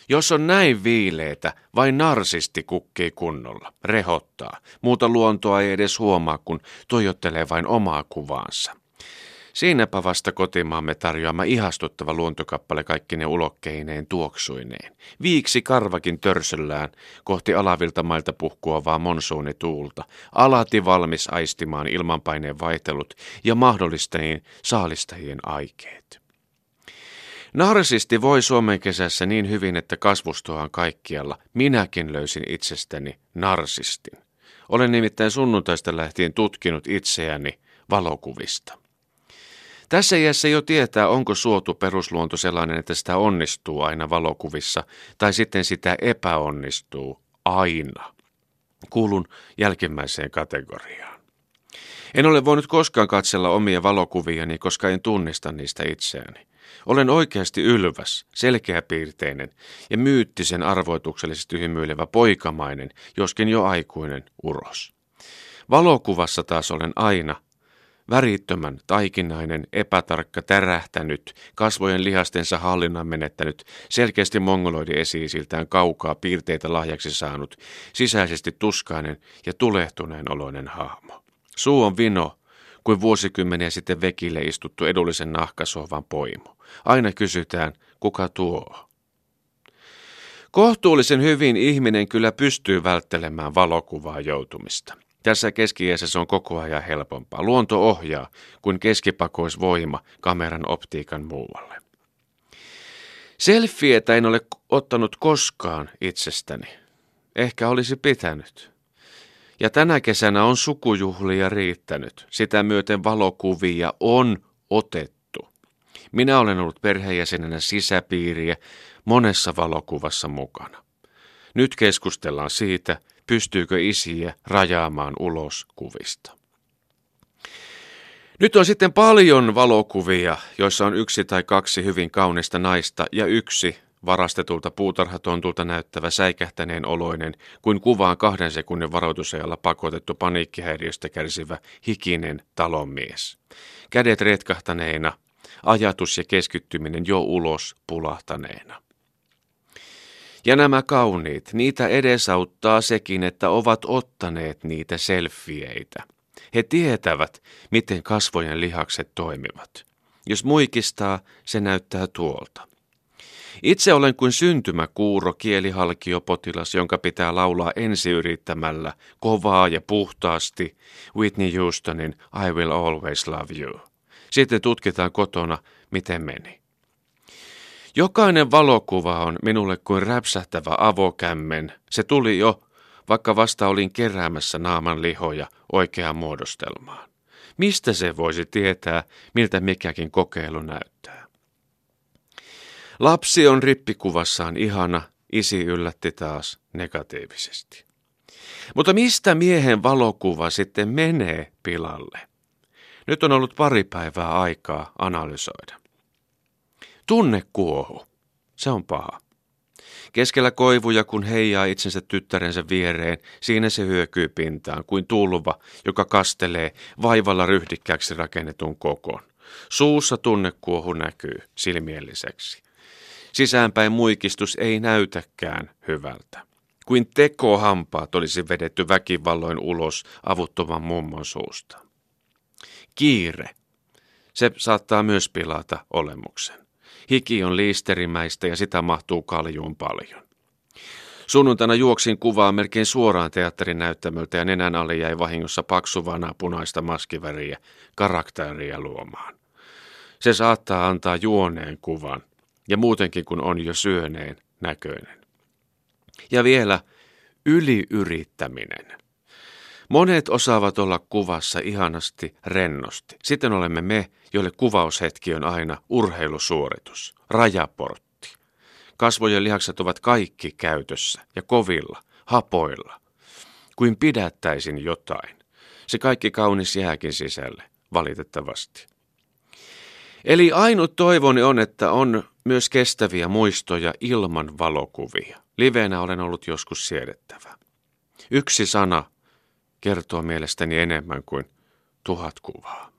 Jos on näin viileitä, vain narsisti kukkii kunnolla, rehottaa. Muuta luontoa ei edes huomaa, kun tuijottelee vain omaa kuvaansa. Siinäpä vasta kotimaamme tarjoama ihastuttava luontokappale kaikkine ulokkeineen tuoksuineen. Viiksi karvakin törsöllään kohti alavilta mailta puhkuavaa monsuunituulta, alati valmis aistimaan ilmanpaineen vaihtelut ja mahdollistajien saalistajien aikeet. Narsisti voi Suomen kesässä niin hyvin, että kasvustoaan kaikkialla minäkin löysin itsestäni narsistin. Olen nimittäin sunnuntaista lähtien tutkinut itseäni valokuvista. Tässä iässä jo tietää, onko suotu perusluonto sellainen, että sitä onnistuu aina valokuvissa, tai sitten sitä epäonnistuu aina. Kuulun jälkimmäiseen kategoriaan. En ole voinut koskaan katsella omia valokuviani, koska en tunnista niistä itseäni. Olen oikeasti ylväs, selkeäpiirteinen ja myyttisen arvoituksellisesti hymyilevä poikamainen, joskin jo aikuinen uros. Valokuvassa taas olen aina värittömän, taikinainen, epätarkka, tärähtänyt, kasvojen lihastensa hallinnan menettänyt, selkeästi mongoloidi esi-isiltään kaukaa piirteitä lahjaksi saanut, sisäisesti tuskainen ja tulehtuneen oloinen hahmo. Suu on vino, kuin vuosikymmeniä sitten vekille istuttu edullisen nahkasohvan poimo. Aina kysytään, kuka tuo? Kohtuullisen hyvin ihminen kyllä pystyy välttelemään valokuvaa joutumista. Tässä keski-iässä se on koko ajan helpompaa. Luonto ohjaa kuin keskipakoisvoima kameran optiikan muualle. Selfietä en ole ottanut koskaan itsestäni. Ehkä olisi pitänyt. Ja tänä kesänä on sukujuhlia riittänyt. Sitä myöten valokuvia on otettu. Minä olen ollut perheenjäsenenä sisäpiiriä monessa valokuvassa mukana. Nyt keskustellaan siitä, pystyykö isiä rajaamaan ulos kuvista. Nyt on sitten paljon valokuvia, joissa on 1 tai 2 hyvin kaunista naista ja 1 varastetulta puutarhatontulta näyttävä säikähtäneen oloinen, kuin kuvaan 2 sekunnin varoitusajalla pakotettu paniikkihäiriöstä kärsivä hikinen talonmies. Kädet retkahtaneina, ajatus ja keskittyminen jo ulos pulahtaneena. Ja nämä kauniit, niitä edesauttaa sekin, että ovat ottaneet niitä selfieitä. He tietävät, miten kasvojen lihakset toimivat. Jos muikistaa, se näyttää tuolta. Itse olen kuin syntymäkuuro kielihalkiopotilas, jonka pitää laulaa ensi yrittämällä kovaa ja puhtaasti Whitney Houstonin I Will Always Love You. Sitten tutkitaan kotona, miten meni. Jokainen valokuva on minulle kuin räpsähtävä avokämmen. Se tuli jo, vaikka vasta olin keräämässä naaman lihoja oikeaan muodostelmaan. Mistä se voisi tietää, miltä mikäkin kokeilu näyttää? Lapsi on rippikuvassaan ihana, isi yllätti taas negatiivisesti. Mutta mistä miehen valokuva sitten menee pilalle? Nyt on ollut pari päivää aikaa analysoida. Tunnekuohu. Se on paha. Keskellä koivuja, kun heijaa itsensä tyttärensä viereen, siinä se hyökyy pintaan kuin tulva, joka kastelee vaivalla ryhdikkääksi rakennetun kokon. Suussa tunnekuohu näkyy silmien lisäksi. Sisäänpäin muikistus ei näytäkään hyvältä. Kuin tekohampaat olisi vedetty väkivalloin ulos avuttoman mummon suusta. Kiire. Se saattaa myös pilata olemuksen. Hiki on liisterimäistä ja sitä mahtuu kaljuun paljon. Sunnuntaina juoksin kuvaa melkein suoraan teatterin näyttämöltä ja nenän alle jäi vahingossa paksu vanha punaista maskiväriä karakteria luomaan. Se saattaa antaa juoneen kuvan ja muutenkin kun on jo syöneen näköinen. Ja vielä yliyrittäminen. Monet osaavat olla kuvassa ihanasti rennosti. Sitten olemme me, joille kuvaushetki on aina urheilusuoritus, rajaportti. Kasvojen lihakset ovat kaikki käytössä ja kovilla, hapoilla. Kuin pidättäisin jotain. Se kaikki kaunis jääkin sisälle, valitettavasti. Eli ainut toivoni on, että on myös kestäviä muistoja ilman valokuvia. Liveenä olen ollut joskus siedettävä. 1 sana kertoo mielestäni enemmän kuin 1000 kuvaa.